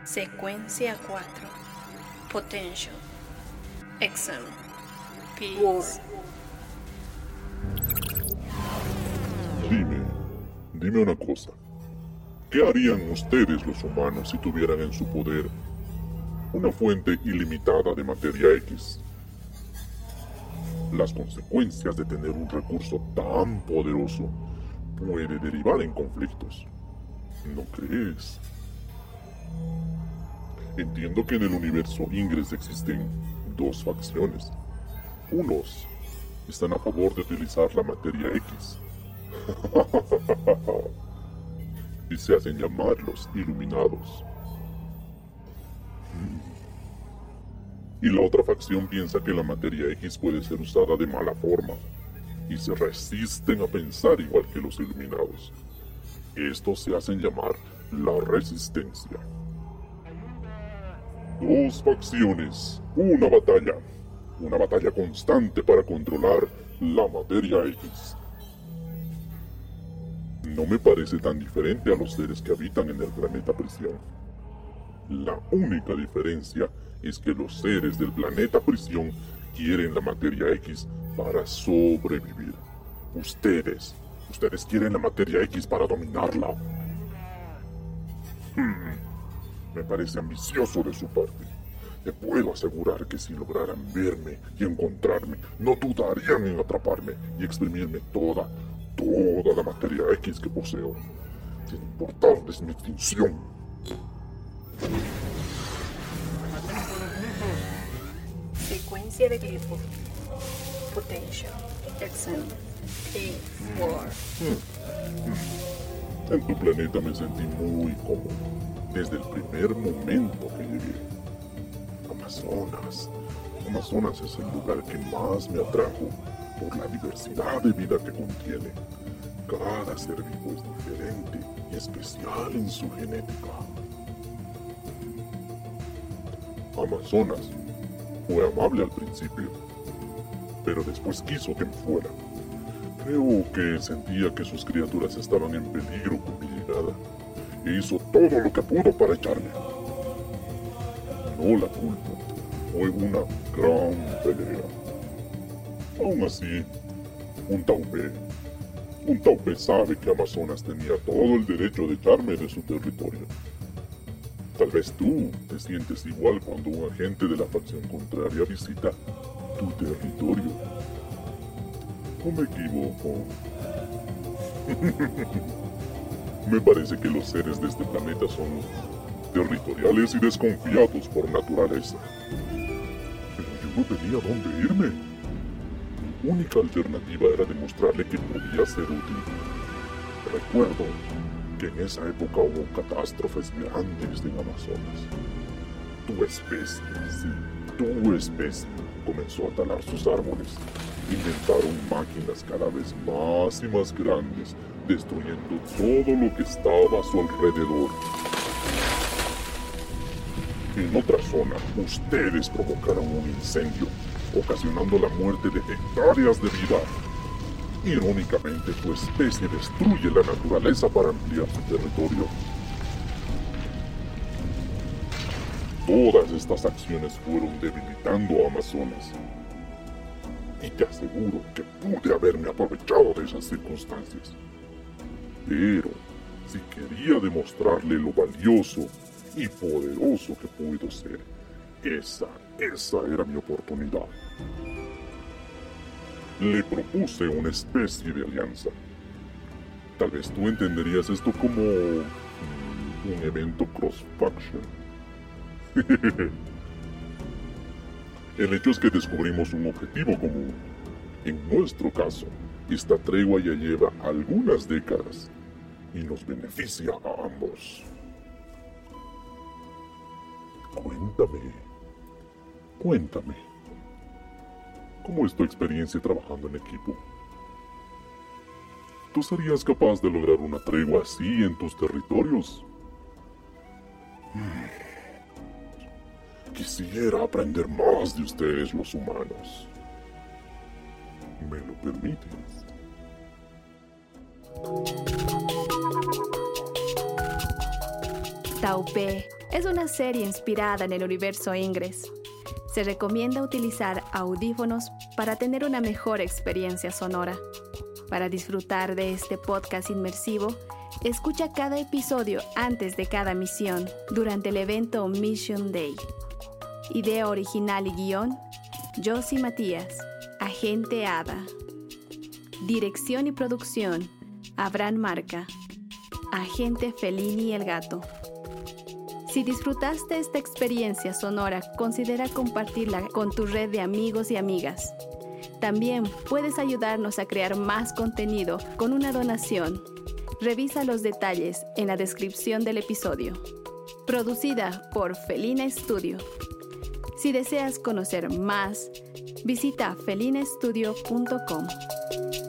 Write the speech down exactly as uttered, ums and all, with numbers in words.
Secuencia cuatro. Potential. Exam. War. Peace. Dime, dime una cosa. ¿Qué harían ustedes los humanos si tuvieran en su poder una fuente ilimitada de materia X? Las consecuencias de tener un recurso tan poderoso puede derivar en conflictos. ¿No crees? Entiendo que en el universo Ingress existen dos facciones. Unos están a favor de utilizar la materia X y se hacen llamar los Iluminados. Y la otra facción piensa que la materia X puede ser usada de mala forma y se resisten a pensar igual que los Iluminados. Estos se hacen llamar la Resistencia. Dos facciones, una batalla. Una batalla constante para controlar la materia X. No me parece tan diferente a los seres que habitan en el planeta prisión. La única diferencia es que los seres del planeta prisión quieren la materia X para sobrevivir. Ustedes, ustedes quieren la materia X para dominarla. Hmm, me parece ambicioso de su parte. Te puedo asegurar que si lograran verme y encontrarme, no dudarían en atraparme y exprimirme toda, toda la materia X que poseo, sin importarles mi extinción. Secuencia de glifo. Potential. Exam. Peace. War. En tu planeta me sentí muy cómodo, desde el primer momento que llegué. Amazonas. Amazonas es el lugar que más me atrajo por la diversidad de vida que contiene. Cada ser vivo es diferente y especial en su genética. Amazonas fue amable al principio, pero después quiso que me fuera. Creo que sentía que sus criaturas estaban en peligro con mi llegada e hizo todo lo que pudo para echarme. No la culpo, fue una gran pelea. Aún así, un Taupe, un Taupe sabe que Amazonas tenía todo el derecho de echarme de su territorio. Tal vez tú te sientes igual cuando un agente de la facción contraria visita tu territorio. ¿O me equivoco? Me parece que los seres de este planeta son territoriales y desconfiados por naturaleza. Pero yo no tenía dónde irme. Mi única alternativa era demostrarle que podía ser útil. Recuerdo que en esa época hubo catástrofes grandes en Amazonas. Tu especie, sí, tu especie, comenzó a talar sus árboles. Inventaron máquinas cada vez más y más grandes, destruyendo todo lo que estaba a su alrededor. En otra zona, ustedes provocaron un incendio, ocasionando la muerte de hectáreas de vida. Irónicamente, tu especie destruye la naturaleza para ampliar su territorio. Todas estas acciones fueron debilitando a Amazonas. Y te aseguro que pude haberme aprovechado de esas circunstancias. Pero, si quería demostrarle lo valioso y poderoso que puedo ser, esa, esa era mi oportunidad. Le propuse una especie de alianza. Tal vez tú entenderías esto como mm, un evento cross-faction. El hecho es que descubrimos un objetivo común. En nuestro caso, esta tregua ya lleva algunas décadas y nos beneficia a ambos. Cuéntame, cuéntame, ¿cómo es tu experiencia trabajando en equipo? ¿Tú serías capaz de lograr una tregua así en tus territorios? Hmm. Quisiera aprender más de ustedes los humanos. ¿Me lo permites? Taupe. Es una serie inspirada en el universo Ingress. Se recomienda utilizar audífonos para tener una mejor experiencia sonora. Para disfrutar de este podcast inmersivo, escucha cada episodio antes de cada misión durante el evento Mission Day. Idea original y guión, Josie Matías, Agente Ada. Dirección y producción, Abraham Marca, Agente Felini y el Gato. Si disfrutaste esta experiencia sonora, considera compartirla con tu red de amigos y amigas. También puedes ayudarnos a crear más contenido con una donación. Revisa los detalles en la descripción del episodio. Producida por Felina Studio. Si deseas conocer más, visita felina studio punto com.